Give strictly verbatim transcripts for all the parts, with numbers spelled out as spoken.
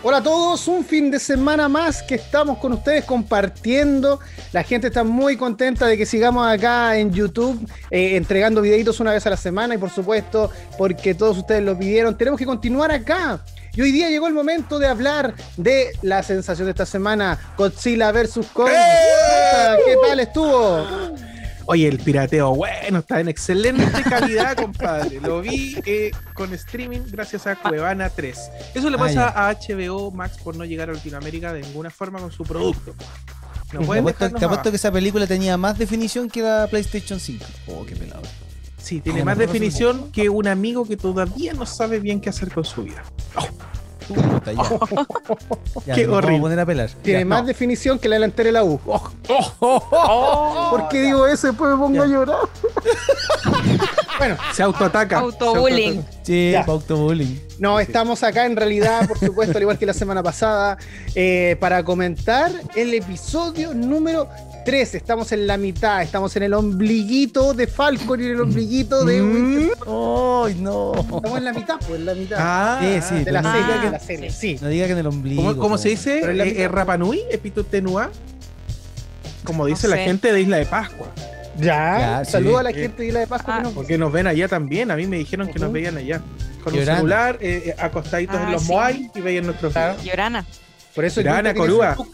Hola a todos, un fin de semana más que estamos con ustedes compartiendo. La gente está muy contenta de que sigamos acá en YouTube eh, entregando videitos una vez a la semana y por supuesto, porque todos ustedes lo pidieron, tenemos que continuar acá. Y hoy día llegó el momento de hablar de la sensación de esta semana, Godzilla versus Kong. ¡Eh! ¿Qué tal estuvo? Oye, el pirateo, bueno, está en excelente calidad, compadre. Lo vi eh, con streaming gracias a Cuevana tres. Eso le pasa ah, a H B O Max por no llegar a Latinoamérica de ninguna forma con su producto. No te apuesto, te apuesto que esa película tenía más definición que la PlayStation cinco. Oh, qué pelado. Sí, tiene oh, más definición que un amigo que todavía no sabe bien qué hacer con su vida. Oh. Puta, ya. Ya, qué horrible. Vamos a poner a pelar. Tiene ya, más no. definición que la delantera de la U. Oh. Oh, oh, oh. ¿Por qué digo eso? Después me pongo ya. a llorar. Bueno, se autoataca. Autobullying. Sí, autobullying. No, estamos acá en realidad, por supuesto, al igual que la semana pasada, eh, para comentar el episodio número tres. Estamos en la mitad, estamos en el ombliguito de Falcon y en el ombliguito de Winter. ¡Oh, no! Estamos en la mitad, pues, en la mitad. Ah, sí, sí. De la no serie, diga que, de la serie, sí. No diga que en el ombligo. ¿Cómo, cómo se dice? Eh, eh, Rapanui, Epitutenua. Como dice no la sé. gente de Isla de Pascua. Ya, ya saludo sí. a la gente de Isla de Pascua. Ah, que nos... Porque nos ven allá también. A mí me dijeron que uh-huh. nos veían allá. Con Llorana. un celular, eh, eh, acostaditos ah, en los sí. Moai y veían nuestros videos. Llorana. Por eso Llorana, Junta tiene Corúa. ese look,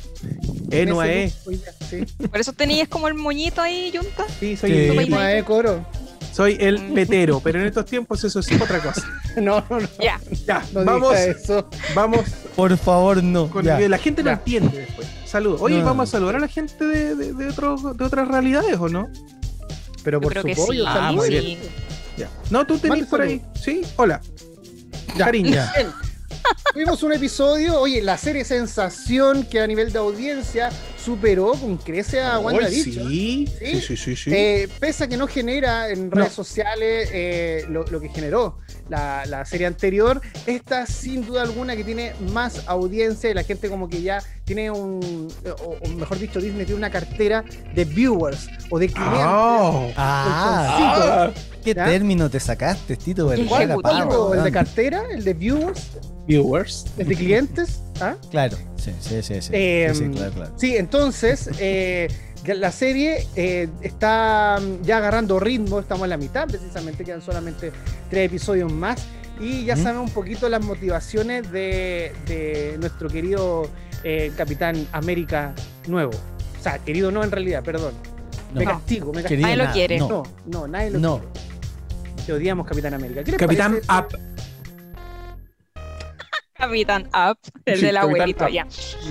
Enua tiene E. ese look hoy día, sí. Por eso tenías como el moñito ahí, Junta. Sí, soy Sí. el, Enua E, Coro. soy el petero, pero en estos tiempos eso es otra cosa. No, no, no. Ya. Ya, No vamos, diga eso. vamos Por favor, no. con Ya. la gente no Ya. entiende después. Saludos. Oye, No. vamos a saludar a la gente de, de, de, otro, de otras realidades, ¿o no? Pero Yo por creo su que pollo, sí. Ah, muy saludos. bien. Ya. No, tú tenés Mande por ahí. Sí, hola. Ya. Cariño. Ya. Bien. Tuvimos un episodio, oye, la serie sensación que a nivel de audiencia superó con crece a WandaVision. Sí, ¿Sí? sí, sí, sí, sí. Eh, pese a que no genera en redes No. sociales eh, lo, lo que generó la, la serie anterior, esta sin duda alguna que tiene más audiencia y la gente como que ya tiene un, o, o mejor dicho, Disney tiene una cartera de viewers o de clientes. Oh. Ah, Ah. ¿qué ¿Ya? término te sacaste, Tito? Qué ¿Cuál? ejecutivo, ¿Cuál? Pavo, ¿El de weón. cartera? ¿El de viewers? Viewers. ¿El de clientes? ¿Ah? Claro, sí, sí, sí, sí. Eh, sí, sí, claro, claro. Sí, entonces eh, la serie eh, está ya agarrando ritmo, estamos en la mitad, precisamente quedan solamente tres episodios más y ya ¿Mm? sabemos un poquito las motivaciones de, de nuestro querido eh, Capitán América nuevo. O sea, querido no en realidad, perdón. No. Me castigo, me castigo. Querido, Nadie lo nada, quiere. No, No, no, nadie lo no. quiere. Te odiamos, Capitán América. ¿Qué les Capitán parece? Up. Capitán Up, el Sí, del Capitán abuelito, Up. ya.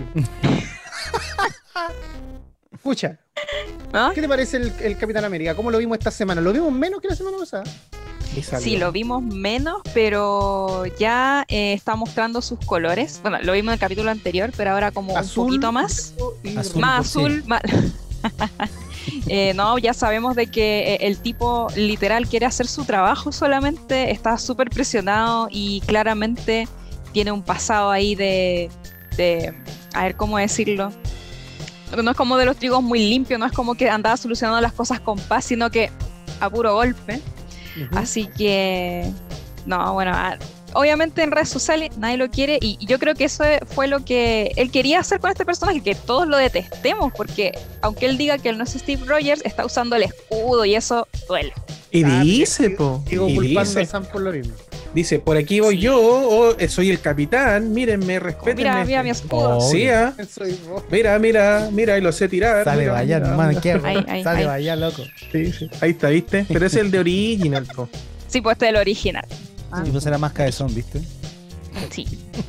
Escucha, ¿Ah? ¿qué te parece el, el Capitán América? ¿Cómo lo vimos esta semana? ¿Lo vimos menos que la semana pasada? Sí, lo vimos menos, pero ya eh, está mostrando sus colores. Bueno, lo vimos en el capítulo anterior, pero ahora como un poquito más. y Azul. Más por azul, más... Eh, no, ya sabemos de que eh, el tipo literal quiere hacer su trabajo solamente, está súper presionado y claramente tiene un pasado ahí de, de, a ver cómo decirlo, no es como de los trigos muy limpios, no es como que andaba solucionando las cosas con paz, sino que a puro golpe. Ujú. Así que, no, bueno, a- obviamente en redes sociales nadie lo quiere y yo creo que eso fue lo que él quería hacer con este personaje, que todos lo detestemos, porque aunque él diga que él no es Steve Rogers, está usando el escudo y eso duele. Y Ah, dice, sigo- po. Sigo Y culpando a dice, Sam por lo mismo. dice, por aquí voy Sí. yo, o eh, soy el capitán, mírenme, respétenme. Mira, mira mi escudo. Oh. Sí, ah. Soy vos. Mira, mira, mira, y lo sé tirar. Sale mira, vaya, mira, hermano, mira. qué Ahí, ahí, Sale ahí. vaya, loco. Sí, sí. Ahí está, ¿viste? Pero ese es el de original, po. Sí, pues este es el original. Ah. Y puse la máscara de son, ¿viste? Sí.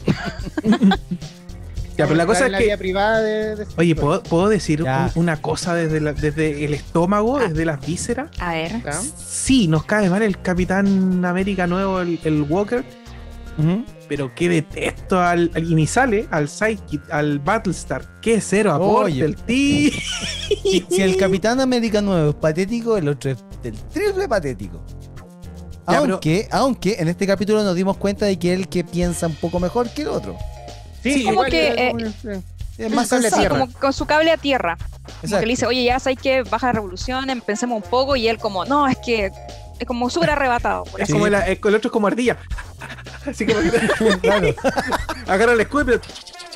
Ya, pero la cosa en es la que... vida privada de, de- Oye, ¿puedo, ¿puedo decir Ya. un- una cosa desde, la- desde el estómago, Ah. desde las vísceras? A ver. ¿Ah? Sí, nos cae mal el Capitán América nuevo, el, el Walker, Ujú. pero que detesto al, al- y ni sale al Sidekick, al Battlestar. Qué cero aporte Oye. el tío. Si, si el Capitán América nuevo es patético, el otro es del triple patético. Ya, pero- Aunque, aunque en este capítulo nos dimos cuenta de que él que piensa un poco mejor que el otro. Sí, como igual que, era eh, como- sí. Es más cable a sensato. tierra. Como con su cable a tierra. Como Exacto. que le dice, oye, ya sabes que baja la revolución, em- pensemos un poco, y él como, no, es que es como súper arrebatado. por Es así como Sí. el, el otro es como ardilla. Así como que Claro, agarra el escudo, pero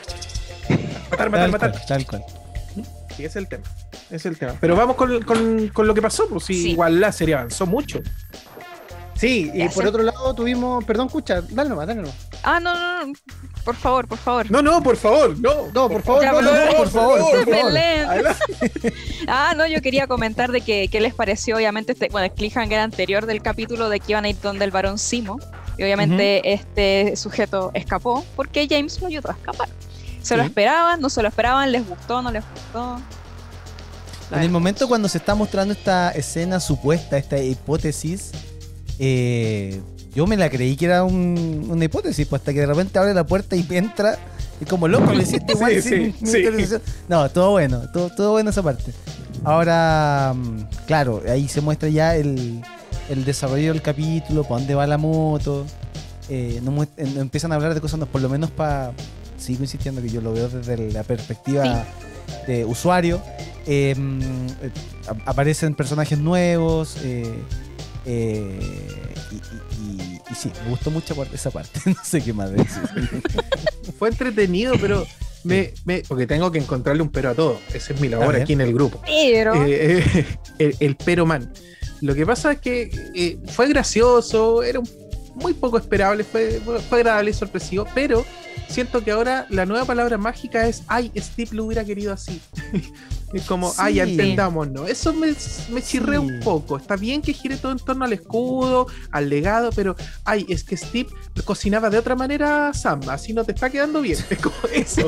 matar, matar, tal matar. cual, tal cual. Sí, ese es el tema. Ese es el tema. Pero vamos con, con, con lo que pasó, pues sí, Sí. igual la serie avanzó mucho. Sí, y Gracias. por otro lado tuvimos, perdón, escucha, dale nomás, dale nomás. Ah, no, no, no. Por favor, por favor. No, no, por favor, no. No, por favor, Ya, no, pero- no, no, por favor, por favor. Belén. Adelante. Ah, no, yo quería comentar de que qué les pareció, obviamente, este, bueno, el cliffhanger anterior del capítulo de que iban a ir donde el varón Simo. Y obviamente este sujeto escapó porque James lo ayudó a escapar. ¿Se lo Sí. esperaban? ¿No se lo esperaban? ¿Les gustó? ¿No les gustó? En el momento cuando se está mostrando esta escena supuesta, esta hipótesis, eh, yo me la creí que era un- una hipótesis, pues hasta que de repente abre la puerta y entra, y como loco, lo hiciste igual Sí, sin sí, sí. intervención. No, todo bueno, todo, todo bueno esa parte. Ahora, mm, claro, ahí se muestra ya el, el desarrollo del capítulo, para dónde va la moto. Eh, no muest- eh, empiezan a hablar de cosas, no, por lo menos para. Sigo insistiendo que yo lo veo desde la perspectiva de usuario. Eh, mm, eh, a- aparecen personajes nuevos. Eh, eh, y, y- y- y sí, me gustó mucho por esa parte. No sé qué más decir. Fue entretenido, pero me, me, porque tengo que encontrarle un pero a todo. Esa es mi A labor ver. aquí en el grupo. Pero... Eh, eh, el, el pero man. Lo que pasa es que eh, fue gracioso, era un- muy poco esperable, fue, fue agradable y sorpresivo, pero siento que ahora la nueva palabra mágica es ay, Steve lo hubiera querido así. Es como, Sí. ay, entendámonos. Eso me, me chirrea Sí. un poco. Está bien que gire todo en torno al escudo, al legado, pero ay, es que Steve cocinaba de otra manera a Sam, así no te está quedando bien. Es como eso.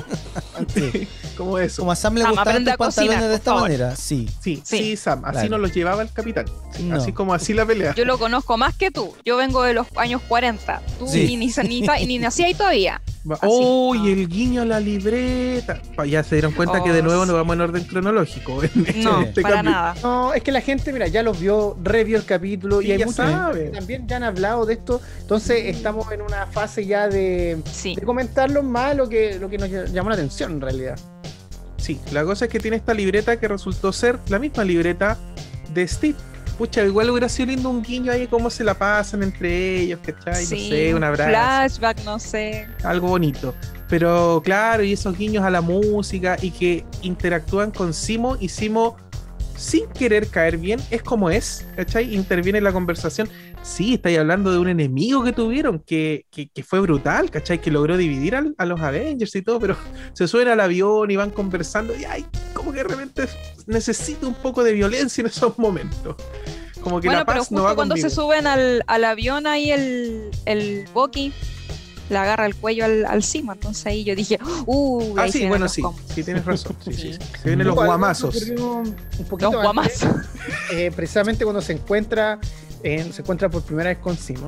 Sí. Como eso. Como a Sam le Sam, gustaban aprende tus a cocinar, pantalones de por esta favor. manera, sí. Sí, sí, Sí. Sam, así Claro. nos los llevaba el capitán. Sí, No. Así como así la pelea. Yo lo conozco más que tú. Yo vengo de los años cuarenta. Tú Sí. ni, ni, ni, ni nací ahí todavía. Va- Así. Oh, y el guiño a la libreta. Pa- Ya se dieron cuenta que de Oh, nuevo sí. nos vamos en orden cronológico. en No, este para cambio. nada. No, es que la gente, mira, ya los vio, revió el capítulo Sí, y hay ya muchos sabe. que también ya han hablado de esto. Entonces estamos en una fase ya de, Sí. de comentarlo más lo que, lo que nos llamó la atención en realidad. Sí, la cosa es que tiene esta libreta que resultó ser la misma libreta de Steve. Pucha, igual hubiera sido lindo un guiño ahí, cómo se la pasan entre ellos, ¿cachai? Sí, no sé, un abrazo. flashback, no sé. Algo bonito. Pero claro, y esos guiños a la música y que interactúan con Simo y Simo sin querer caer bien, es como es, ¿cachai? Interviene en la conversación. Sí, estáis hablando de un enemigo que tuvieron, que, que, que fue brutal, ¿cachai? Que logró dividir al- a los Avengers y todo, pero se suben al avión y van conversando y ay, como que de repente necesito un poco de violencia en esos momentos. Como que Bueno, la pero paz justo no va cuando conmigo. se suben al, al avión ahí el, el Bucky le agarra el cuello al, al Simo, entonces ahí yo dije, uh, Ah, ahí se sí, vienen bueno, los sí, combos. sí, tienes razón. Sí, sí, Sí. sí. Se vienen los Igual, guamazos. ocurrió Un poquito Los antes, guamazos. eh, precisamente cuando se encuentra, eh, se encuentra por primera vez con Simo,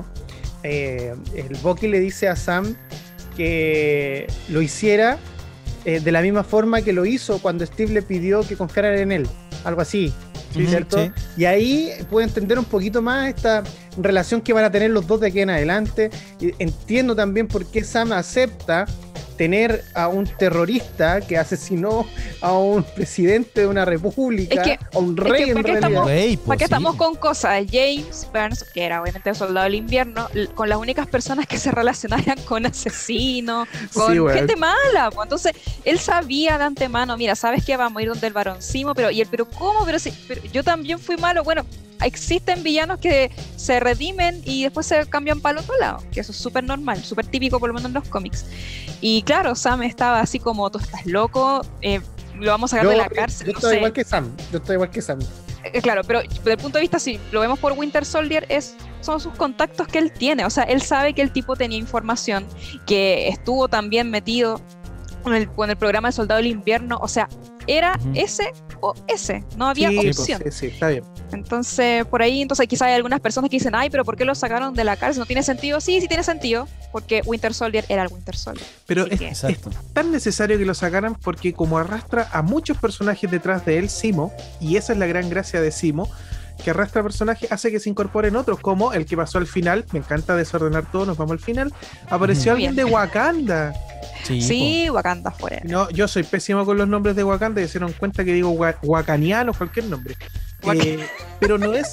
eh, el Bucky le dice a Sam que lo hiciera eh, de la misma forma que lo hizo cuando Steve le pidió que confiara en él, algo así. Sí, ¿Cierto? sí. Y ahí puedo entender un poquito más esta relación que van a tener los dos de aquí en adelante. Y entiendo también por qué Sam acepta tener a un terrorista que asesinó a un presidente de una república, Es que- a un que, rey en ¿para qué realidad. estamos- Güey, ¿Para pues, qué sí. estamos con cosas? James Burns, que era obviamente el soldado del invierno, l- con las únicas personas que se relacionaran con asesinos, con Sí, weón. gente mala. Pues. Entonces, él sabía de antemano, mira, sabes que vamos a ir donde el varoncimo, pero, y él, pero ¿cómo? Pero, si, pero yo también fui malo. Bueno, existen villanos que se redimen y después se cambian para el otro lado, que eso es súper normal, súper típico por lo menos en los cómics. Y claro, Sam estaba así como, tú estás loco, eh, lo vamos a sacar Yo, de la cárcel. yo no estoy sé. igual que Sam. Yo estoy igual que Sam. Eh, Claro, pero desde el punto de vista, si lo vemos por Winter Soldier, es, son sus contactos que él tiene. O sea, él sabe que el tipo tenía información, que estuvo también metido con el, con el programa de Soldado del Invierno. O sea, era Ujú. ese o ese, no había Sí, pues, opción. sí, sí, está bien. Entonces, por ahí, entonces quizás hay algunas personas que dicen, ay, pero ¿por qué lo sacaron de la cárcel? ¿No tiene sentido? Sí, sí tiene sentido, porque Winter Soldier era el Winter Soldier. Pero Así es, que- es Exacto. tan necesario que lo sacaran porque como arrastra a muchos personajes detrás de él, Simo, y esa es la gran gracia de Simo, que arrastra personajes, hace que se incorporen otros, como el que pasó al final, me encanta desordenar todo, nos vamos al final, apareció Ujú. alguien de Bien. Wakanda. Sí, Sí, Wakanda fuera. No, yo soy pésimo con los nombres de Wakanda y se dieron cuenta que digo wa- wakaniano, cualquier nombre. Wak- Eh, pero no es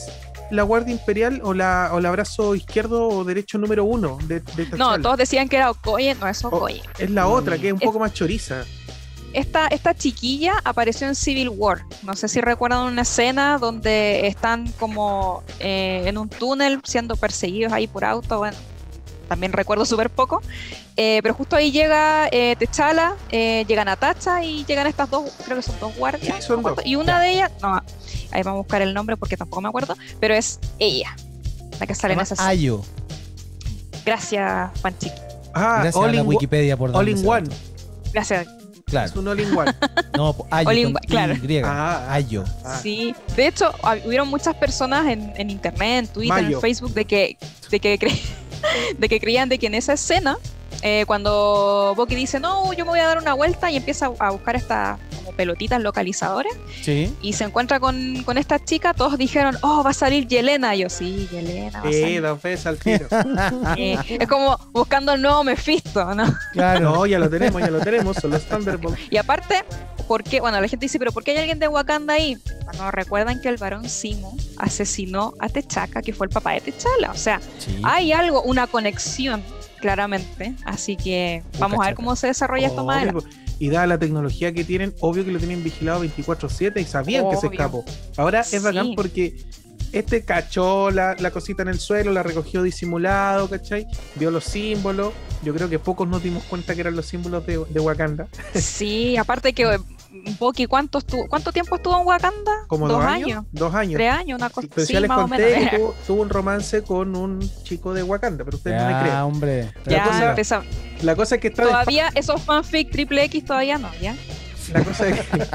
la guardia imperial o la o el brazo izquierdo o derecho número uno de, de T'Challa? No, todos decían que era Okoye, no es O- Okoye. es la otra, que es un Es- poco más choriza. Esta, esta chiquilla apareció en Civil War. No sé si recuerdan una escena donde están como eh, en un túnel siendo perseguidos ahí por auto. Bueno, también recuerdo súper poco. Eh, pero justo ahí llega eh, T'Challa, eh, llega Natasha y llegan estas dos, creo que son dos guardias. Sí, son no me acuerdo. dos. Y una de ellas, no, ahí vamos a buscar el nombre porque tampoco me acuerdo, pero es ella, la que sale en esa escena. Ayo. Gracias, Panchiqui. Ah, Gracias all a la in, Wikipedia por all darme in ese one. dato. Gracias. Es Claro. un all in one. No, po- Ayo All in con one, claro. Y. Ah, Ayo. ah. Sí, de hecho, hab- hubieron muchas personas en, en internet, en Twitter, Mayo. en Facebook, de que, de que, cre- de que creían de que en esa escena, eh, cuando Bucky dice, no, yo me voy a dar una vuelta y empieza a buscar estas como pelotitas localizadoras Sí. y se encuentra con, con esta chica, todos dijeron, oh, va a salir Yelena. Y yo, sí, Yelena va a Sí, salir. dos veces al tiro. Eh, es como buscando el nuevo Mephisto, ¿no? Claro. No, ya lo tenemos, ya lo tenemos, son los Thunderbolts. Y aparte, ¿por qué? Bueno, la gente dice, pero ¿por qué hay alguien de Wakanda ahí? Bueno, recuerdan que el varón Zemo asesinó a T'Chaka, que fue el papá de T'Challa. O sea, Sí. hay algo, una conexión, claramente. Así que vamos a ver cómo se desarrolla esto más Obvio, adelante. y dada la tecnología que tienen, obvio que lo tienen vigilado veinticuatro siete y sabían que se Obvio. escapó. Ahora es Sí. bacán porque este cachó la, la cosita en el suelo, la recogió disimulado, ¿cachai? Vio los símbolos. Yo creo que pocos nos dimos cuenta que eran los símbolos de, de Wakanda. Sí, aparte que eh, Bucky, ¿cuánto, estuvo, ¿cuánto tiempo estuvo en Wakanda? Como dos, años. Dos años. Tres años, una cosa Pero así, ya les más o conté que menos. tuvo, tuvo un romance con un chico de Wakanda, pero ustedes no me Ya, creen. hombre. La Ya cosa- empezó. La cosa es que está de Todavía esos fanfic triple X todavía no, ¿ya? La cosa es que,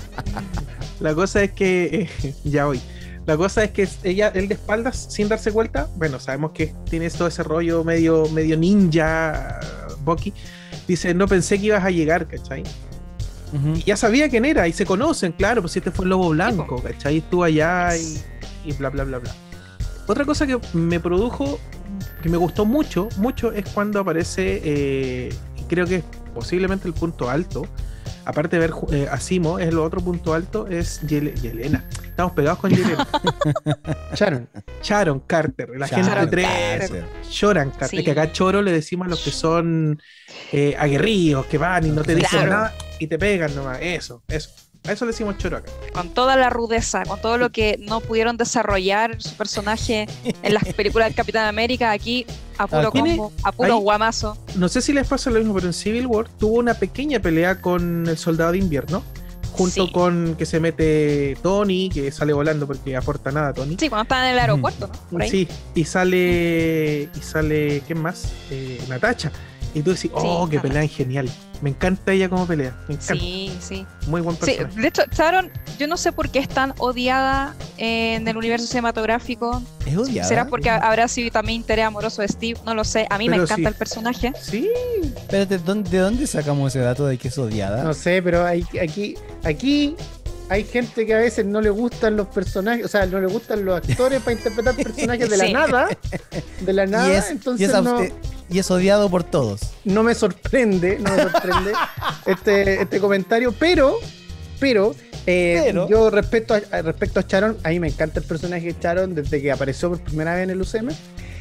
la cosa es que eh, ya voy. La cosa es que ella, él de espaldas, sin darse vuelta, bueno, sabemos que tiene todo ese rollo medio, medio ninja, Bucky. Dice, no pensé que ibas a llegar, ¿cachai? Ujú. Y ya sabía quién era, y se conocen, claro, pues este fue el Lobo Blanco, ¿cachai? Estuvo allá y, y bla, bla, bla, bla. Otra cosa que me produjo, que me gustó mucho, mucho, es cuando aparece, eh, creo que es posiblemente el punto alto, aparte de ver eh, a Zemo, es el otro punto alto, es Yel- Yelena. Estamos pegados con Yelena. Sharon. Sharon Carter, la Sharon gente tres. Carter. Sharon Carter, Sí. que acá choro le decimos a los que son eh, aguerridos, que van y no te dicen Claro. nada y te pegan nomás. Eso, eso. A eso le decimos choro acá. Con toda la rudeza, con todo lo que no pudieron desarrollar su personaje en las películas del Capitán América, aquí a puro ¿Tiene- combo, a puro ahí- guamazo. No sé si les pasa lo mismo, pero en Civil War tuvo una pequeña pelea con el Soldado de Invierno, junto Sí. con que se mete Tony, que sale volando porque aporta nada Tony. Sí, cuando estaban en el aeropuerto, ¿no? Por ahí. Sí, y sale. Y sale. ¿Quién más? Eh, Natasha. Y tú decís, oh, Sí, que Natasha. pelean genial. Me encanta ella como pelea. Me encanta. Sí, sí. Muy buen Sí, personaje. de hecho, Sharon, yo no sé por qué es tan odiada en el universo cinematográfico. Es odiada. ¿Será porque habrá sido también interés amoroso de Steve? No lo sé. A mí me Pero encanta sí. el personaje. Sí, Espérate, ¿dónde- ¿de dónde sacamos ese dato de que es odiada? No sé, pero hay, aquí, aquí hay gente que a veces no le gustan los personajes, o sea, no le gustan los actores para interpretar personajes de la Sí. nada. De la nada, y, es, entonces y, es, no, eh, y es odiado por todos. no me sorprende, no me sorprende este, este comentario, pero, pero, eh, Pero. yo respecto a, a- respecto a Sharon, a mí me encanta el personaje de Sharon desde que apareció por primera vez en el U C M.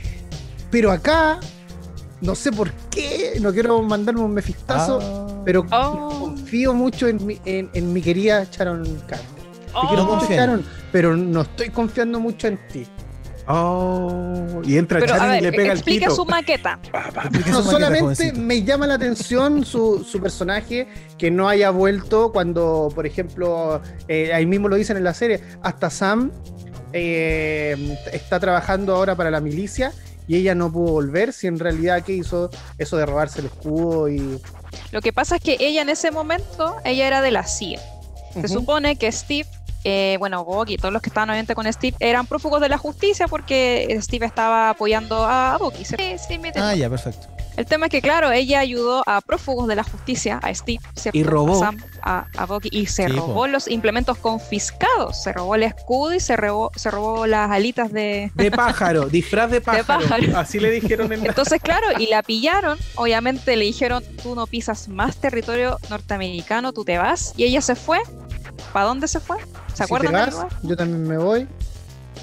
Pero acá, no sé por qué, no quiero mandarme un mefistazo, Ah. pero Oh. confío mucho en mi, en, en mi querida Sharon Carter. Te Oh. quiero No mucho, confío en- Sharon, pero no estoy confiando mucho en ti. oh, y entra Pero a Sharon y ver, le pega el explique pito. su maqueta. Pa, pa. Explique No, su maqueta, solamente jovencito. me llama la atención su, su personaje que no haya vuelto cuando, por ejemplo, eh, ahí mismo lo dicen en la serie, hasta Sam eh, está trabajando ahora para la milicia y ella no pudo volver, si en realidad que hizo eso de robarse el escudo y... Lo que pasa es que ella en ese momento, ella era de la C I A. Se Ujú. supone que Steve, eh, bueno, Bucky y todos los que estaban obviamente con Steve eran prófugos de la justicia porque Steve estaba apoyando a Bucky. Sí, sí, me entiendo. Ah, ya, perfecto. El tema es que, claro, ella ayudó a prófugos de la justicia, a Steve, ¿cierto? Y robó. A Sam, a, a Bucky, y se Sí, robó po. los implementos confiscados. Se robó el escudo y se robó, se robó las alitas de... De pájaro, disfraz de pájaro. pájaro. Así le dijeron en la... Entonces, claro, y la pillaron. Obviamente le dijeron, tú no pisas más territorio norteamericano, tú te vas. Y ella se fue. ¿Para dónde se fue? ¿Se Si te acuerdan del vas, lugar? yo también me voy.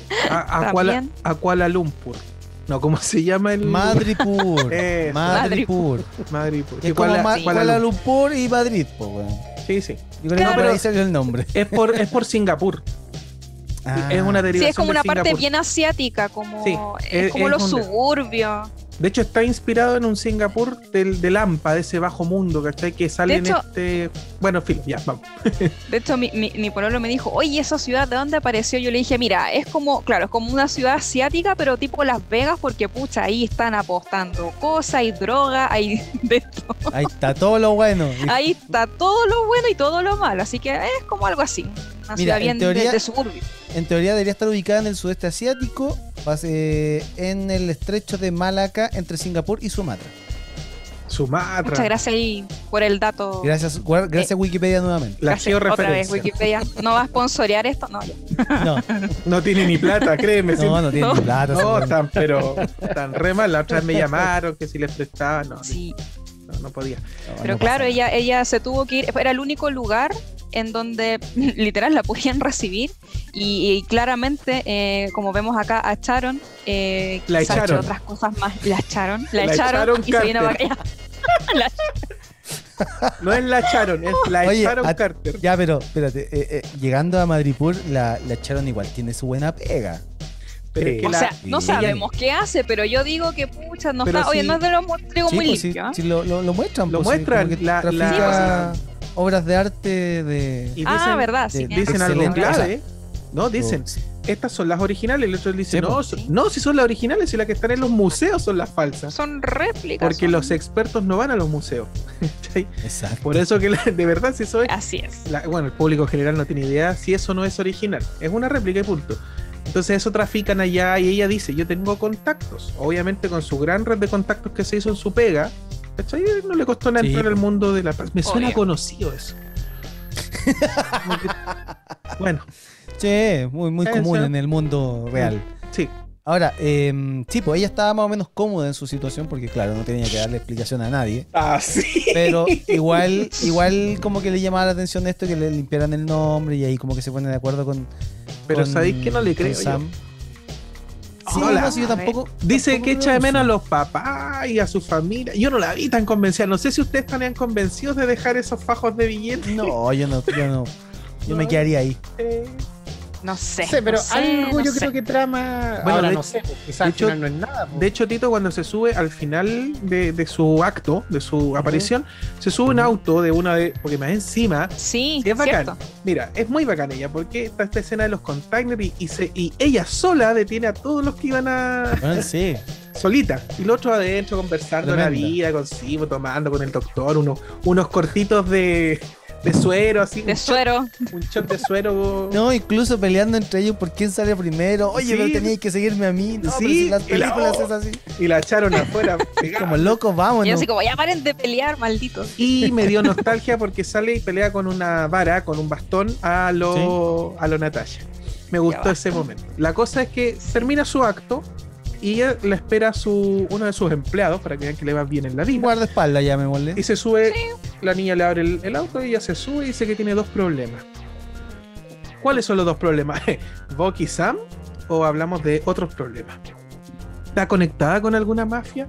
A, a, Kuala, a Kuala Lumpur. No, ¿cómo se llama el...? Madripur. Eso. Madripur. Madripur. Que es como Kuala, Ma- Kuala Kuala Lumpur. Lumpur y Madrid, pues, weón. Sí, sí. Yo creo Claro, que por pero- ahí salió el nombre. Es por, es por Singapur. Ah. Es una Sí, derivación es como de una parte Singapur. bien asiática, como, Sí, es, es- como es los un- suburbios. De hecho, está inspirado en un Singapur del, del Lampa, de ese bajo mundo, ¿cachai? Que sale De en hecho- este... Bueno, en fin, ya, vamos. De hecho, mi, mi, mi pololo me dijo, oye, ¿esa ciudad de dónde apareció? Yo le dije, mira, es como, claro, es como una ciudad asiática, pero tipo Las Vegas, porque pucha, ahí están apostando cosas, hay droga, hay de todo. Ahí está todo lo bueno. Ahí está todo lo bueno y todo lo malo, así que es como algo así. Una Mira, ciudad en bien de- teoría- de, suburbio. En teoría debería estar ubicada en el sudeste asiático, base- en el estrecho de Malaca, entre Singapur y Sumatra. Sumatra. Muchas gracias ahí por el dato. Gracias, gua- gracias Wikipedia nuevamente. La Gracias. Otra vez, georreferencia. Wikipedia. ¿No va a sponsorear esto? No, ya. No, No tiene ni plata, créeme. no, no tiene No. ni plata. No, ese weón. están, pero están re mal. La otra vez me llamaron que si les prestaba, no, Sí. no, no podía. No, Pero no claro, pasa ella, ella se tuvo que ir, era el único lugar en donde literal la podían recibir y, y claramente, eh, como vemos acá a Sharon, eh, La quizás echaron. otras cosas más, la echaron, la, La echaron, echaron y se vino para Carter. acá. La- No es la echaron, es la Oye, echaron a- Carter. Ya, pero espérate, eh, eh, llegando a Madripur, la, la echaron igual, tiene su buena pega. Pero es Sí. que o la- sea, no Sí. sabemos qué hace, pero yo digo que pucha, no Pero está, oye, sí. no es de los trigos Sí, muy pues, sí, limpio. ¿ah? sí, lo, lo- lo muestran. Lo pues, sí, muestran, como que la- trafica la- obras de arte de... Y Ah, dicen- verdad, sí. de- tienes Dicen razón. algo Excelente. clave. No, dicen, estas son las originales. El otro dice, Sí, no, pues. so- no, si son las originales, si las que están en los museos son las falsas. Son réplicas. Porque son- los expertos no van a los museos. ¿Cachai? Exacto. Por eso que la- de verdad, si eso es. Así es. la- bueno, el público en general no tiene idea si eso no es original. Es una réplica y punto. Entonces eso trafican allá y ella dice, yo tengo contactos. Obviamente con su gran red de contactos que se hizo en su pega. ¿Cachai? No le costó nada Sí, entrar al pues. mundo de la paz. Me suena Obvio. conocido eso. Como que- bueno, Sí, muy, muy Eso. común en el mundo real. sí. Ahora, eh, sí, pues ella estaba más o menos cómoda en su situación porque, claro, no tenía que darle explicación a nadie. Ah, sí. Pero igual, igual como que le llamaba la atención esto, que le limpiaran el nombre y ahí como que se ponen de acuerdo con. Pero con- ¿sabéis que no le con creo yo? Sam. Sí, Hola. no, sí, yo tampoco. Dice tampoco que echa de creo menos a eso. los papás y a su familia. Yo no la vi tan convencida. No sé si ustedes estarían convencidos de dejar esos fajos de billetes. No, yo no, yo no. Yo me quedaría ahí. Eh, No sé. No sé, pero no sé, algo no yo sé. creo que trama. Bueno, Ahora de- no sé, pues, quizás de al hecho- final no es nada. pues. De hecho, Tito, cuando se sube al final de, de su acto, de su aparición, se sube un auto de una de. Porque más encima. Sí, Sí, es bacán. cierto. Mira, es muy bacán ella, porque está esta escena de los containers y, y, se, y ella sola detiene a todos los que iban a. Bueno, sí. solita. Y los otros adentro conversando de la Tremenda. vida consigo, tomando con el doctor, unos, unos cortitos de, de suero, así. De un suero. shot- Un shot de suero. No, incluso peleando entre ellos por quién sale primero. Oye, Sí. pero teníais que seguirme a mí. No, Sí, pero si las y la- películas es así. Y la echaron afuera. pegada. Como locos, vámonos. Y así como, ya paren de pelear, malditos. Y me dio nostalgia porque sale y pelea con una vara, con un bastón, a lo, a lo Natasha. Me gustó basta. ese momento. La cosa es que termina su acto y ella le espera a su, uno de sus empleados para que vean que le va bien en la vida. Guardaespaldas, llamémosle. Y se sube, la niña le abre el, el auto y ella se sube y dice que tiene dos problemas. ¿Cuáles son los dos problemas? ¿Buck y Sam? ¿O hablamos de otros problemas? ¿Está conectada con alguna mafia?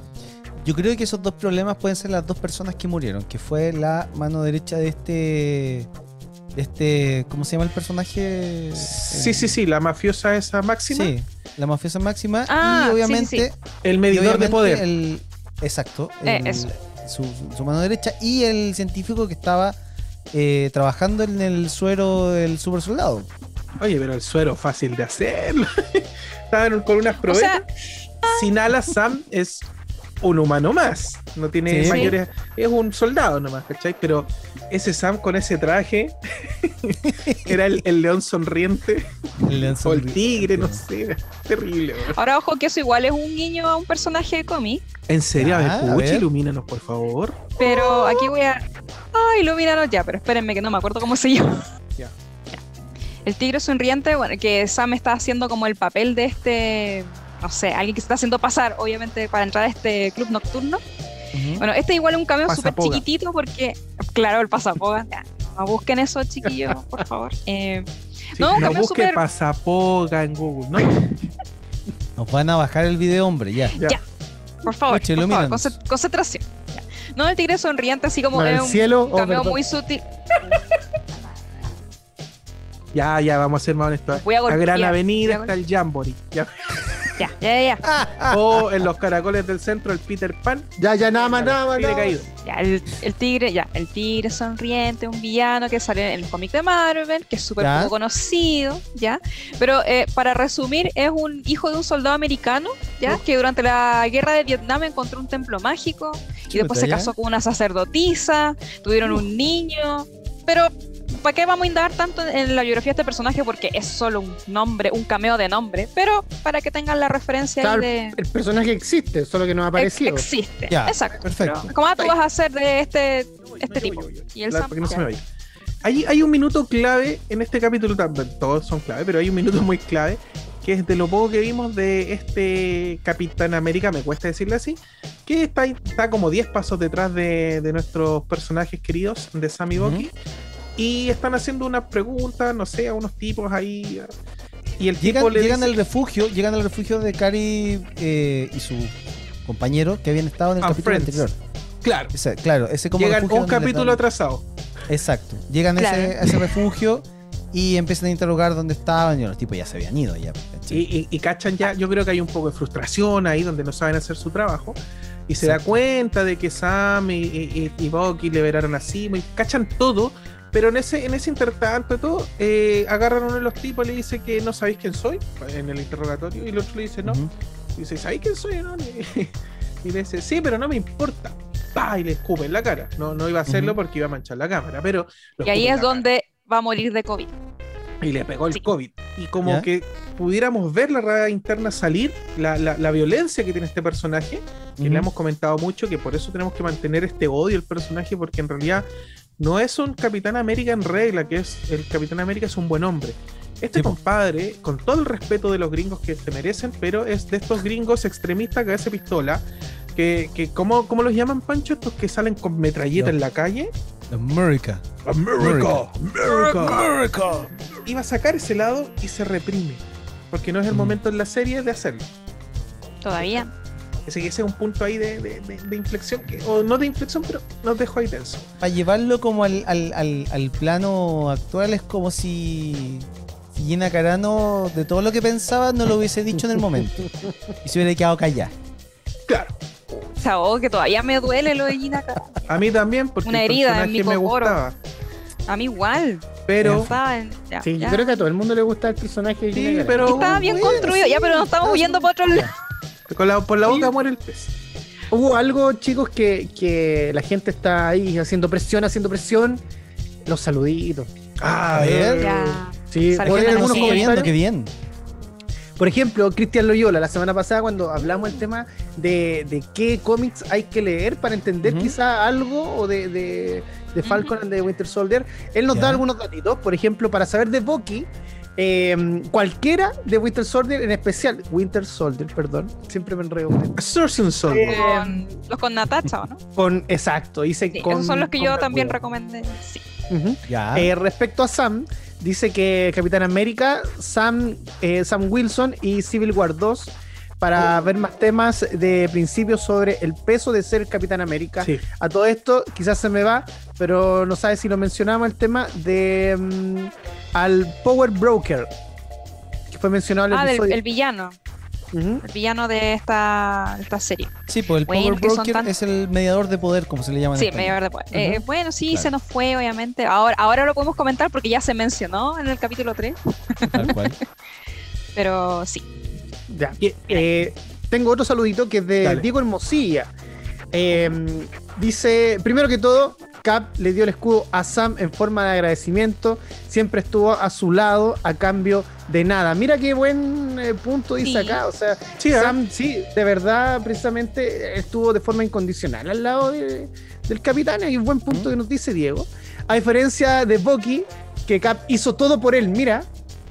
Yo creo que esos dos problemas pueden ser las dos personas que murieron, que fue la mano derecha de este. De este. ¿Cómo se llama el personaje? Sí, Eh, sí, sí, la mafiosa esa máxima. Sí, la mafiosa máxima. Ah, y sí, obviamente. sí, sí. El y medidor de obviamente poder. el- exacto. Eh, el- eso. Su, su mano derecha y el científico que estaba eh, trabajando en el suero del super soldado. Oye, pero el suero fácil de hacerlo. Estaban con unas O proezas. sea, Sin alas, Sam es un humano más. No tiene Sí. mayores. Es un soldado nomás, ¿cachai? Pero ese Sam con ese traje era el, el león sonriente El león o el sonriente. tigre, no sé. era terrible, weón. ahora ojo que eso igual es un guiño a un personaje de cómic. En serio, a Ya, ver, a Puchi, ver. ilumínanos, por favor. Pero aquí voy a. Ay, ilumínanos ya, pero espérenme que no me acuerdo cómo se llama. Ya. El tigre sonriente, bueno, que Sam está haciendo como el papel de este. No sé, alguien que se está haciendo pasar, obviamente, para entrar a este club nocturno. Ujú. Bueno, este igual es un cameo súper Pasapoga. chiquitito porque, claro, el pasapoga. ya. No busquen eso, chiquillos, por favor. Eh, Sí, no, un no cambio busque súper- pasapoga en Google, ¿no? Nos van a bajar el video, hombre, ya. Ya. Ya. Por favor, Oye, por favor, ilumínanos. concent- concentración. Ya. No, el tigre sonriente, así como No, es el un cielo, oh, cameo perdón. muy sutil. Ya, ya, vamos a ser más honestos. Voy a La golpear, Gran voy Avenida a está el Jamboree. Ya. Ya, ya, ya. ya. O en los caracoles del centro, el Peter Pan. Ya, ya, nada más, nada más. Tigre nada más. caído. Ya, el, el tigre, ya, el tigre sonriente, un villano que sale en el cómic de Marvel, que es súper Ya. poco conocido, ¿ya? Pero eh, para resumir, es un hijo de un soldado americano, ¿ya? Que durante la guerra de Vietnam encontró un templo mágico y después se ¿ya? casó con una sacerdotisa, tuvieron un niño, pero ¿para qué vamos a indagar tanto en la biografía de este personaje? Porque es solo un nombre, un cameo de nombre, pero para que tengan la referencia ahí Claro, de... el personaje existe, solo que no ha Ex- aparecido. existe, Ya, exacto. perfecto. Pero, ¿cómo tú vas a hacer de este, este No, yo tipo? voy, yo voy. Y el La- Sam, para que no se ya. me vaya. Hay, hay un minuto clave en este capítulo, también todos son clave, pero hay un minuto muy clave, que es de lo poco que vimos de este Capitán América, me cuesta decirle así, que está, está como diez pasos detrás de, de nuestros personajes queridos, de Sam y Ujú. Bucky, y están haciendo unas preguntas, no sé, a unos tipos ahí, y el tipo Llegan, le llegan dice, al refugio, llegan al refugio de Cari eh, y su compañero que habían estado en el And capítulo friends. anterior. claro, Ese- claro, ese como llegan refugio un donde les capítulo dan- atrasado. Exacto. Llegan a, Claro. ese, a ese refugio y empiezan a interrogar dónde estaban y los tipos ya se habían ido ya. ¿cachai? Y, y, y cachan ya, yo creo que hay un poco de frustración ahí donde no saben hacer su trabajo. Y se Exacto. da cuenta de que Sam y, y, y Bucky liberaron a Simo y cachan todo. Pero en ese, en ese intertanto de todo, eh, agarran a uno de los tipos y le dice que no sabéis quién soy en el interrogatorio. Y el otro le dice no. Ujú. Y dice, ¿sabéis quién soy? No? Y, y le dice, sí, pero no me importa. ¡Pah! Y le escupe en la cara. No, no iba a hacerlo Ujú. porque iba a manchar la cámara. Pero lo Y ahí escupe en es la donde va a morir de COVID. y le pegó el Sí. COVID. Y como ¿Ya? que pudiéramos ver la raya interna salir, la, la, la violencia que tiene este personaje, que Ujú. le hemos comentado mucho, que por eso tenemos que mantener este odio al personaje, porque en realidad no es un Capitán América en regla, que es el Capitán América es un buen hombre. Este Sí, po. compadre, con todo el respeto de los gringos que se merecen, pero es de estos gringos extremistas que hace pistola, que, que ¿cómo, ¿cómo los llaman, Pancho? Estos que salen con metralleta Los- en la calle. America. America, America. Iba a sacar ese lado y se reprime. Porque no es el Mm. momento en la serie de hacerlo. Todavía. Así que ese es un punto ahí de, de- de- de inflexión, que, o no de inflexión, pero nos dejó ahí tenso. Para llevarlo como al, al, al, al plano actual es como si, si Gina Carano de todo lo que pensaba no lo hubiese dicho en el momento y se hubiera quedado callada. Claro, O sea, oh, que todavía me duele lo de Gina Carano. a mí también, porque Una el herida en personaje mi me cocoro. gustaba. A mí igual. Pero, ¿Saben? Ya, Sí, ya. yo creo que a todo el mundo le gusta el personaje de sí, Gina Carano. pero Estaba bien bueno, construido, sí, ya, pero nos estamos está huyendo para otro lado. con la, por la boca Sí. muere el pez. Hubo algo, chicos, que, que la gente está ahí haciendo presión, haciendo presión. Los saluditos. Ah, A ver. Ya. Sí, Salió por ahí una algunos noticia. Qué bien, comentarios. qué bien. Por ejemplo, Cristian Loyola, la semana pasada, cuando hablamos del tema de, de qué cómics hay que leer para entender Ujú. quizá algo o de, de, de Falcon and the Winter Soldier, él nos Ya. da algunos datitos. Por ejemplo, para saber de Bucky, eh, cualquiera de Winter Soldier, en especial Winter Soldier, perdón, siempre me enredo con, Surgeon Soldier. Con- los con Natasha, ¿o ¿no? con exacto, dice Sí, con, esos son los que con yo Black también Widow. recomendé. Sí. Ujú. Ya. Eh, respecto a Sam, dice que Capitán América, Sam, eh, Sam Wilson y Civil War dos, para ver más temas de principios sobre el peso de ser Capitán América. Sí. A todo esto, quizás se me va, pero no sabe si lo mencionamos, el tema de mm, al Power Broker, que fue mencionado en el Ah, del episodio. el villano. Ujú. El villano de esta, esta serie. Sí, pues el Bueno, Power que son Broker tan- es el mediador de poder, como se le llama en Sí, español. medio verde. Eh, Ujú. bueno, sí, Claro. se nos fue, obviamente. Ahora, ahora lo podemos comentar porque ya se mencionó en el capítulo tres. Tal cual. Pero sí. Ya. Eh, tengo otro saludito que es de Dale. Diego Hermosilla. Eh, dice, primero que todo, Cap le dio el escudo a Sam en forma de agradecimiento. Siempre estuvo a su lado a cambio de nada. Mira qué buen eh, punto dice Sí. acá. O sea, Sí, ¿eh? Sam, sí, de verdad, precisamente estuvo de forma incondicional al lado de- del capitán. Hay un buen punto Mm. que nos dice Diego. A diferencia de Bucky, que Cap hizo todo por él. Mira,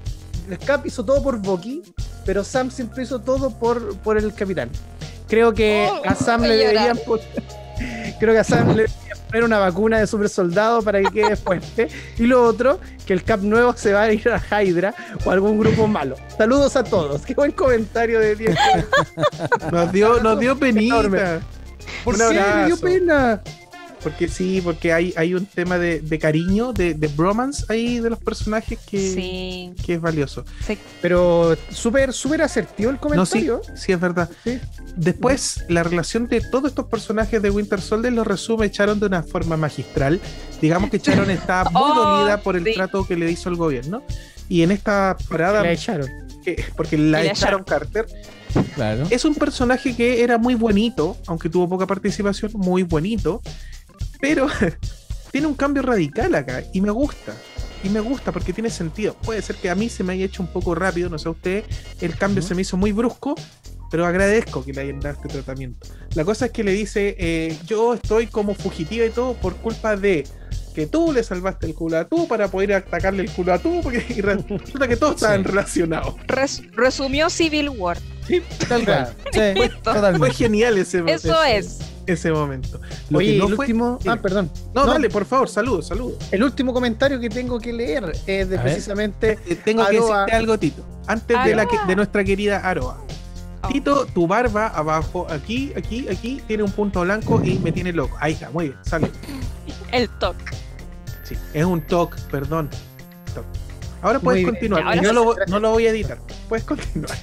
Cap hizo todo por Bucky, pero Sam siempre hizo todo por, por el capitán. Creo que Oh, a Sam voy le a llorar. deberían poner, creo que a Sam le deberían poner una vacuna de super soldado para que quede fuerte. Y lo otro, que el Cap nuevo se va a ir a Hydra o a algún grupo malo. Saludos a todos. Qué buen comentario de Diego. Nos dio, nos dio penita. ¿Por Un qué me dio abrazo. pena? Porque sí, porque hay, hay un tema de, de cariño, de, de bromance ahí de los personajes que, Sí. que es valioso. Sí. Pero súper, súper asertivo el No, sí, comentario. sí es verdad. Sí. Después, la relación de todos estos personajes de Winter Soldier lo resume Sharon de una forma magistral. Digamos que Sharon está muy Oh, dolida por el sí. trato que le hizo el gobierno. Y en esta parada, La echaron. que- porque la Y la echaron Carter, Claro. es un personaje que era muy bonito, aunque tuvo poca participación, muy bonito, pero tiene un cambio radical acá y me gusta. Y me gusta porque tiene sentido. Puede ser que a mí se me haya hecho un poco rápido, no sé a usted, el cambio Ujú. se me hizo muy brusco, pero agradezco que le hayan dado este tratamiento. La cosa es que le dice, eh, yo estoy como fugitiva y todo por culpa de que tú le salvaste el culo a tú para poder atacarle el culo a tú, porque y resulta que todos estaban Sí. relacionados. Res- resumió Civil War. Tal cual. Sí, Listo. Fue totalmente. genial ese, Eso ese- es. ese momento. Lo Oye, que no el fue- último. Dime. Ah, perdón. No, No. dale, por favor, saludos, saludos. El último comentario que tengo que leer es de A ver. precisamente. Eh, tengo que Aroa. decirte algo, Tito. Antes de, la que- Aroa. de nuestra querida Aroa. Oh. Tito, tu barba abajo, aquí, aquí, aquí, tiene un punto blanco y me tiene loco. Ahí está, muy bien, salud. El toc. Sí, es un toque, perdón. Toc. Ahora Muy puedes bien. continuar. Ya, ahora y no, sí. lo, vo- no lo voy a editar. Puedes continuar.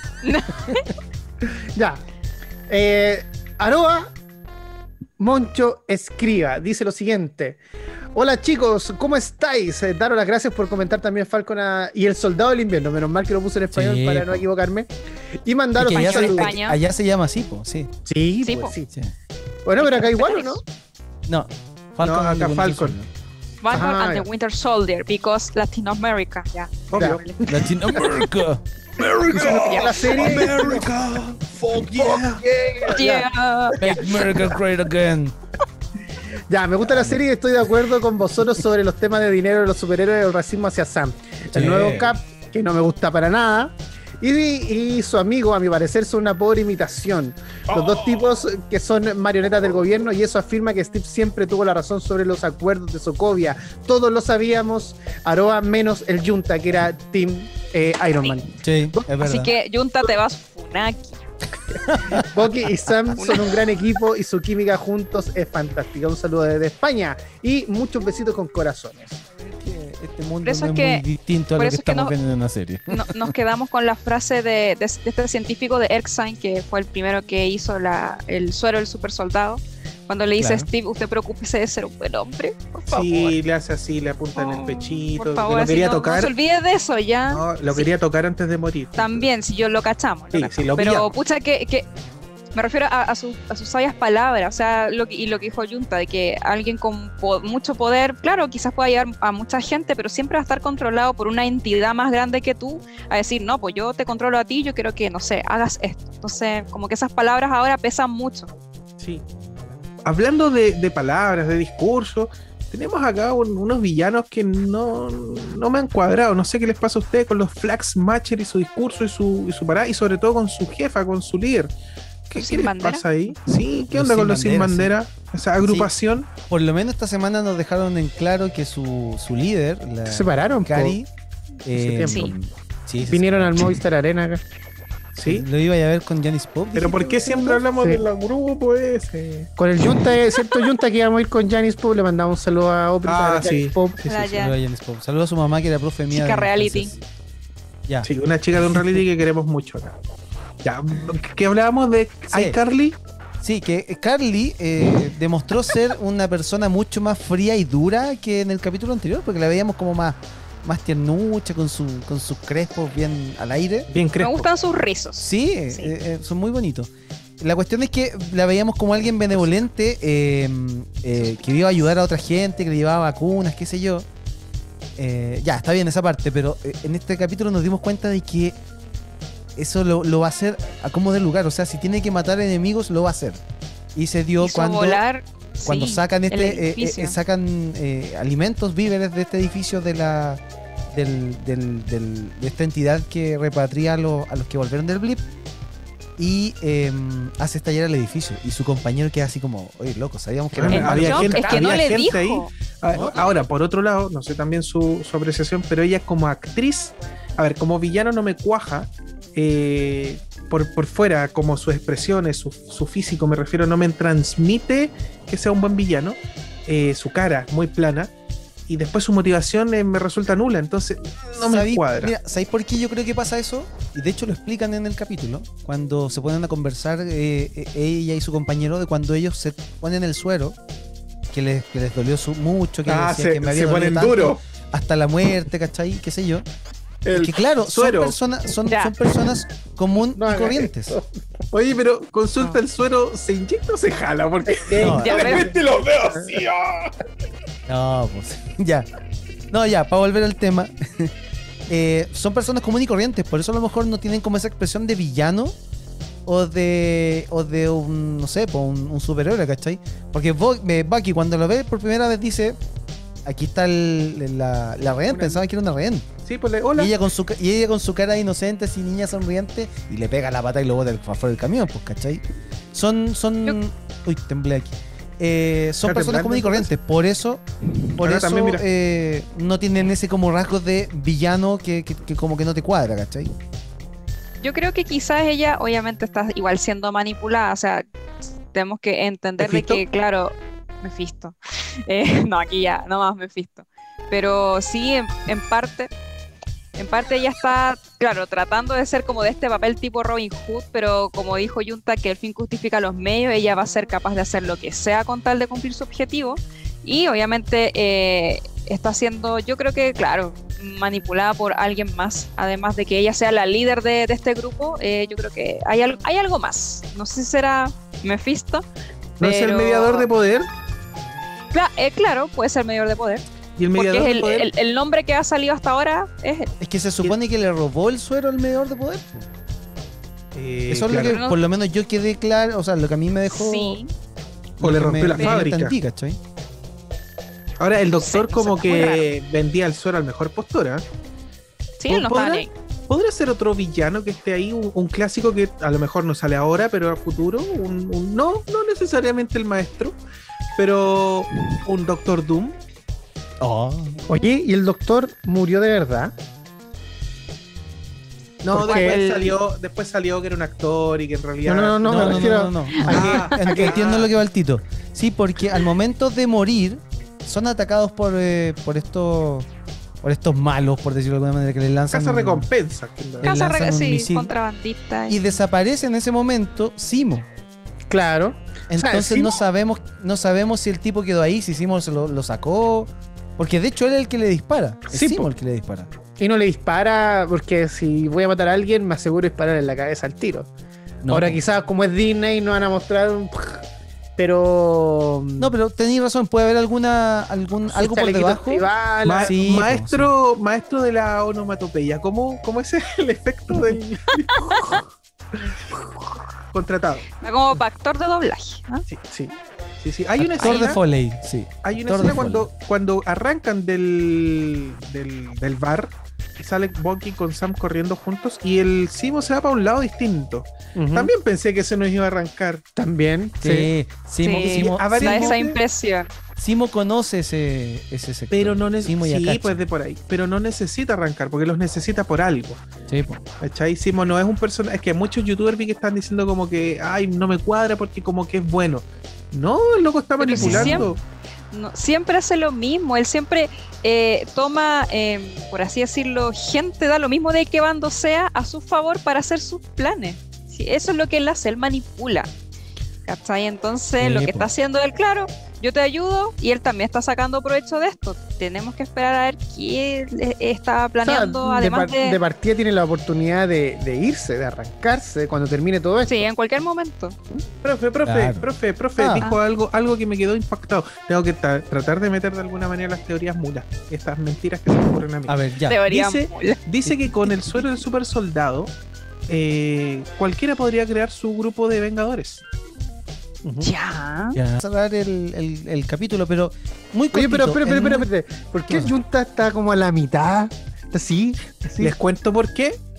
Ya. Eh, Aroa Moncho Escriba dice lo siguiente. Hola chicos, ¿cómo estáis? Eh, daros las gracias por comentar también Falcon a- y el Soldado del Invierno. Menos mal que lo puse en español Sí, para no po. equivocarme. Y Es mandaros que un allá, se, saludo. España. allá se llama así, po, sí. Sí, Sí, pues po. sí. sí. Bueno, pero acá igual, ¿o no? No, Falcon No, acá and the Winter Falcon. Soldier. Falcon Ah, and ya. the Winter Soldier, because Latino America. Ya. Obvio. Latinoamérica. Y la serie. America, fuck yeah. Ya. Yeah. Make America great again. Ya, me gusta la serie y estoy de acuerdo con vosotros sobre los temas de dinero de los superhéroes y el racismo hacia Sam. El Sí. nuevo Cap, que no me gusta para nada. Y, y su amigo, a mi parecer, son una pobre imitación. Los dos tipos que son marionetas del gobierno, y eso afirma que Steve siempre tuvo la razón sobre los acuerdos de Sokovia. Todos lo sabíamos, Aroa menos el Junta, que era Team eh, Iron Man. Sí, es verdad. Así que, Junta, te vas Funaki. Bucky y Sam son un gran equipo y su química juntos es fantástica. Un saludo desde España y muchos besitos con corazones. Este mundo Por eso no es es que- muy distinto a por lo que eso es que estamos no- viendo en una serie. No- nos quedamos con la frase de, de- de este científico de Erskine, que fue el primero que hizo la, el suero del super soldado. Cuando le dice Claro. a Steve, usted preocúpese de ser un buen hombre, por favor. Sí, le hace así, le apunta en el Oh, pechito. por que favor, lo así quería no, no tocar. se olvide de eso ya. No, lo Sí. quería tocar antes de morir. También, si yo lo cachamos. Sí, lo sí, cachamos. lo Pero pillamos. pucha que, que me refiero a, a, sus- a sus sabias palabras, o sea, lo que, y lo que dijo Junta, de que alguien con po- mucho poder, claro, quizás pueda llegar a mucha gente, pero siempre va a estar controlado por una entidad más grande que tú, a decir, no, pues yo te controlo a ti, yo quiero que, no sé, hagas esto. Entonces, como que esas palabras ahora pesan mucho. Sí. Hablando de, de palabras, de discurso, tenemos acá un- unos villanos que no, no me han cuadrado. No sé qué les pasa a ustedes con los Flag Smasher y su discurso y su, y su parada, y sobre todo con su jefa, con su líder. ¿Qué, ¿Los qué sin les bandera? pasa ahí? Sí, ¿qué Los onda sin con los sin bandera, bandera? Esa agrupación. Por lo menos esta semana nos dejaron en claro que su, su líder, la Se separaron, po. Cari, eh, Hace tiempo. sí, se Vinieron al separaron. Movistar Arena acá. Sí. Lo iba a ir a ver con Janice Pop. Pero dije, ¿por qué siempre hablamos Sí. de los grupos ese? Con el Junta, eh, cierto Junta que íbamos a ir con Janice Pop, le mandamos un saludo a Opri Ah, para sí. Janice Pop. Sí, sí, La sí. ya. Saludos a Janice Pop. Saludos a su mamá que era profe mía. Chica de reality. francés. Ya. Sí, una chica de un reality que queremos mucho acá. Ya, que hablábamos de Sí. iCarly. Sí, que Carly eh, demostró ser una persona mucho más fría y dura que en el capítulo anterior, porque la veíamos como más, más tiernucha, con, su, con sus crespos bien al aire. Bien Me crespo. gustan sus rizos. Sí, eh, eh, son muy bonitos. La cuestión es que la veíamos como alguien benevolente, eh, eh, que iba a ayudar a otra gente, que le llevaba vacunas, qué sé yo. Eh, ya, está bien esa parte, pero eh, en este capítulo nos dimos cuenta de que eso lo, lo va a hacer a como del lugar. O sea, si tiene que matar enemigos, lo va a hacer. Y se dio Hizo cuando, volar, cuando sí, sacan el este eh, eh, edificio. eh, sacan eh, alimentos, víveres de este edificio de la del, del- del- de esta entidad que repatria a los, a los que volvieron del blip. y eh, hace estallar el edificio. Y su compañero queda así como, oye, loco, sabíamos que era Bueno, normal. había shock, gente, es que no había le gente ahí. dijo. Ah, Ahora, por otro lado, no sé también su, su apreciación, pero ella como actriz, a ver, como villano no me cuaja. eh, por, por fuera, como sus expresiones, su, su físico, me refiero, no me transmite que sea un buen villano. eh, su cara, muy plana. Y después su motivación eh, me resulta nula, entonces no me ¿Sabéis- cuadra. Mira, ¿sabéis por qué yo creo que pasa eso? Y de hecho lo explican en el capítulo, cuando se ponen a conversar eh, eh, ella y su compañero de cuando ellos se ponen el suero, que les, que les dolió su- mucho, que, Ah, decían se, que me había se dolido ponen tanto, duro. hasta la muerte, ¿cachai? Qué sé yo. El Que claro, son suero. personas, son, Ya. son personas común No y hagas corrientes. eso. Oye, pero consulta No. el suero, ¿se inyecta o se jala? Porque No, Ya, de pero- repente los veo así. ¡ah! No, pues ya. No, ya, para volver al tema. eh, son personas comunes y corrientes, por eso a lo mejor no tienen como esa expresión de villano o de o de un, no sé, po, un, un superhéroe, ¿cachai? Porque Bo- eh, Bucky cuando lo ve por primera vez dice, aquí está el- la, la rehén, Una- pensaba que era una rehén. Sí, pues le, hola. Y ella, con su, ca- y ella con su cara inocente, así niña sonriente, y le pega la pata y lo bota del- afuera del camión, pues, ¿cachai? Son, son... Yo- Uy, temblé aquí. Eh, son ¿Está personas temblando, comunes y corrientes, por eso, por Acá eso también, mira. eh, no tienen ese como rasgos de villano que, que- que como que no te cuadra, ¿cachai? Yo creo que quizás ella obviamente está igual siendo manipulada, o sea, tenemos que entender de ¿Mephisto? que, claro, Mephisto. Eh, no, aquí ya, no más Mephisto. Pero sí, en, en parte, en parte ella está, claro, tratando de ser como de este papel tipo Robin Hood, pero como dijo Junta, que el fin justifica los medios, ella va a ser capaz de hacer lo que sea con tal de cumplir su objetivo. Y obviamente eh, está siendo, yo creo que, claro, manipulada por alguien más. Además de que ella sea la líder de, de este grupo, eh, yo creo que hay, al- hay algo más. No sé si será Mephisto. ¿No es el pero- mediador de poder? Cla- eh, claro, puede ser mediador de poder. ¿Y el Porque mediador es de el, poder? el- el nombre que ha salido hasta ahora es él. Es que se supone que le robó el suero al mediador de poder. Eh, Eso es claro. lo que, por lo menos yo quedé claro, o sea, lo que a mí me dejó... Sí. O le lo que rompió me- la me fábrica. entendí, ¿cachai? Ahora, el doctor Sí, como eso está muy que vendía el suero al mejor postor, ¿ah? Sí, él no ¿Podrá? estaba ni ahí. ¿Podría ser otro villano que esté ahí? Un, un clásico que a lo mejor no sale ahora, pero a futuro. Un, un- no, no necesariamente el maestro, pero un Doctor Doom. Oh. Oye, ¿y el doctor murió de verdad? No, Porque después, el- salió, después salió que era un actor y que en realidad. No, no, no, No, me no, refiero- no, no, no. Ah, En- ah, Entiendo lo que va el Tito. Sí, porque al momento de morir son atacados por, eh, por estos por estos malos, por decirlo de alguna manera, que les lanzan Casa un- recompensa. Le Casa lanzan re- un sí, misil. contrabandista. y desaparece en ese momento Simo. Claro. Entonces Simo- no sabemos no sabemos si el tipo quedó ahí, si Simo se lo, lo sacó, porque de hecho él es el que le dispara. Es Sí, Simo po. el que le dispara. Y no le dispara, porque si voy a matar a alguien, me aseguro disparar en la cabeza al tiro. No, Ahora po. quizás como es Disney no van a mostrar un... Pero... No, pero tenéis razón, puede haber alguna algún algo por chalequitos debajo. antibalas. Ma- Sí, po, maestro, maestro de la onomatopeya, ¿cómo, cómo es el efecto del contratado? Como para actor de doblaje. ¿ah? Sí, sí, sí, sí. Hay una Actor de escena, Foley, sí. hay una actor de escena cuando, cuando arrancan del, del, del bar y sale Bucky con Sam corriendo juntos y el Simo se va para un lado distinto. Ujú. También pensé que se nos iba a arrancar. También. Sí. Sí, Simo, Sí, Simo- a ver, da Simo- esa impresión. Simo conoce ese, ese sector. Pero no Simo y necesita. Sí, Akachi. pues de por ahí. Pero no necesita arrancar porque los necesita por algo. Sí, po. ¿Cachai? Simo no es un personaje. Es que muchos youtubers vi que están diciendo como que, ay, no me cuadra porque como que es bueno. No, el loco está Pero si manipulando. No, siempre hace lo mismo, él siempre eh, toma, eh, por así decirlo, gente, da lo mismo de qué bando sea, a su favor para hacer sus planes. Sí, eso es lo que él hace, él manipula. ¿Cachai? Entonces, Sí, lo que po. está haciendo él, claro, yo te ayudo y él también está sacando provecho de esto. Tenemos que esperar a ver qué él está O sea, planeando, de, además par- de... de partida tiene la oportunidad de, de irse, de arrancarse cuando termine todo esto. Sí, en cualquier momento. Profe, profe, Claro. profe, profe, Ah. dijo algo, algo que me quedó impactado. Tengo que ta- tratar de meter de alguna manera las teorías mulas. Estas mentiras que se me ocurren a mí. A ver, ya. Deberíamos. Dice, dice que con el suero del super soldado, eh, cualquiera podría crear su grupo de vengadores. Ujú. Ya. Ya. Cerrar el, el, el capítulo, pero muy Oye, pero cortito, espera, espera, en espera, espera. ¿Por qué ¿Qué? Junta está como a la mitad? ¿Está así? así? Les cuento por qué.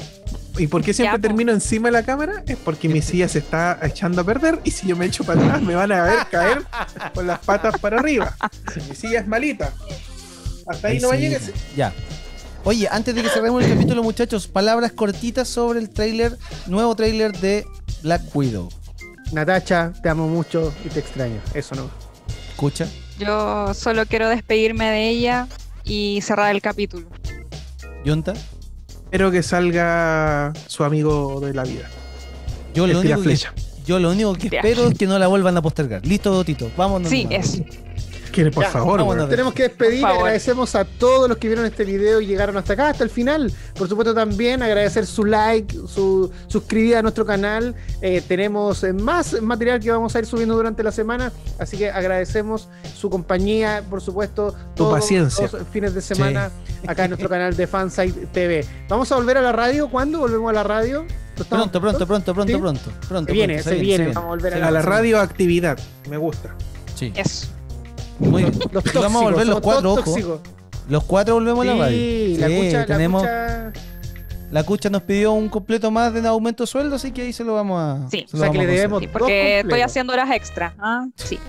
¿Y por qué siempre Ya, po. termino encima de la cámara? Es porque mi silla se está echando a perder y si yo me echo para atrás me van a ver caer con las patas para arriba. Mi silla es malita. Hasta ahí Ahí no va a sí, llegar. Ya. Oye, antes de que cerremos el capítulo, muchachos, palabras cortitas sobre el tráiler, nuevo tráiler de Black Widow. Natacha, te amo mucho y te extraño. Eso no. Escucha. Yo solo quiero despedirme de ella y cerrar el capítulo. Yunta. Espero que salga su amigo de la vida. Yo El lo, único que, tiraflecha. yo lo único que espero es que no la vuelvan a postergar. Listo, Tito. Vámonos. Sí, nomás. eso. Quiere, por Ya, favor, vámonos. weón. Tenemos que despedir, Por favor. agradecemos a todos los que vieron este video y llegaron hasta acá, hasta el final. Por supuesto también agradecer su like, su suscribir a nuestro canal. Eh, tenemos eh, más material que vamos a ir subiendo durante la semana, así que agradecemos su compañía, por supuesto, Tu todos paciencia. los fines de semana acá en nuestro canal de Fansite T V. Vamos a volver a la radio, ¿cuándo volvemos a la radio? ¿Lo estamos- Pronto, pronto, pronto, pronto, ¿Sí? pronto, pronto. Se viene, pronto, se viene, vamos a volver a A la, la radioactividad. Me gusta. Sí. Eso. Muy bien. Los Y vamos a volver los somos cuatro, todos ojo. tóxicos. Los cuatro volvemos a la radio. Sí, la Sí, cucha, tenemos, la cucha. la cucha nos pidió un completo más de aumento de sueldo, así que ahí se lo vamos a. Sí. se lo O sea, que vamos le a debemos- Sí, Dos porque estoy completos. haciendo horas extra. Ah, sí.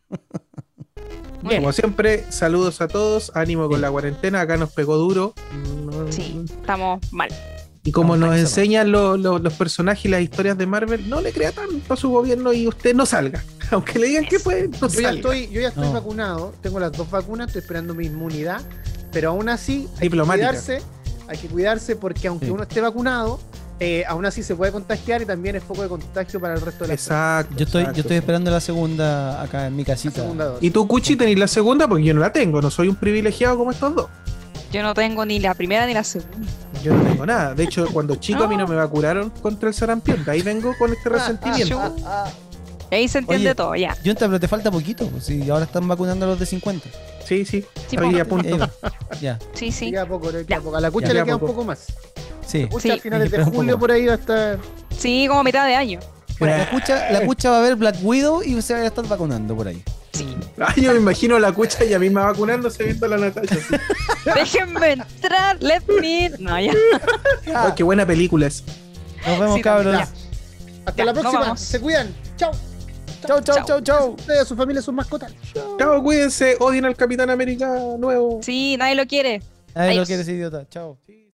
Muy Bien. Como siempre, saludos a todos. Ánimo con la cuarentena. Acá nos pegó duro. No- Sí, estamos mal. Y como No, nos máximo. enseñan lo- lo- los personajes y las historias de Marvel, no le crea tanto a su gobierno y usted no salga. Aunque le digan que puede, no Yo ya salga. estoy, yo ya estoy No. vacunado, tengo las dos vacunas, estoy esperando mi inmunidad, pero aún así hay que Diplomática. cuidarse, hay que cuidarse porque aunque Sí. uno esté vacunado, eh, aún así se puede contagiar y también es foco de contagio para el resto de la Exacto. Yo estoy, exacto. yo estoy esperando la segunda acá en mi casita. segunda dosis. ¿Y tú, Cuchi, tenés la segunda? Porque yo no la tengo. No soy un privilegiado como estos dos. Yo no tengo ni la primera ni la segunda. Yo no tengo nada. De hecho, cuando chico a mí no No. me vacunaron contra el sarampión. De ahí vengo con este resentimiento. Y ahí se entiende Oye, todo, ya. Yunta, pero te falta poquito. pues, Si ahora están vacunando a los de cincuenta. Sí, sí. Sí, Estoy po. a punto. Ahí va. Ya, Sí, sí. Le queda poco, le queda Ya. poco. A la cucha Ya. le Ya queda un poco. poco más. sí. Cucha Sí. a finales de Espera un julio poco. por ahí va a estar. Sí, como mitad de año. La cucha, la cucha va a ver Black Widow y se va a estar vacunando por ahí. Sí. Ay, yo me imagino a la cucha y a mí me vacunándose viendo a la Natalia. así. Déjenme entrar, let me in. No, ya. Ay, qué buena película es. Nos vemos, Sí, cabros. ya. Hasta Ya, la nos próxima. vamos. Se cuidan. Chao. Chau, chau, chau, chau. Ustedes, su familia, sus mascotas. Chao, cuídense. Odien al Capitán América nuevo. Sí, nadie lo quiere. Ay, lo Adiós. que eres idiota. Chao. Sí.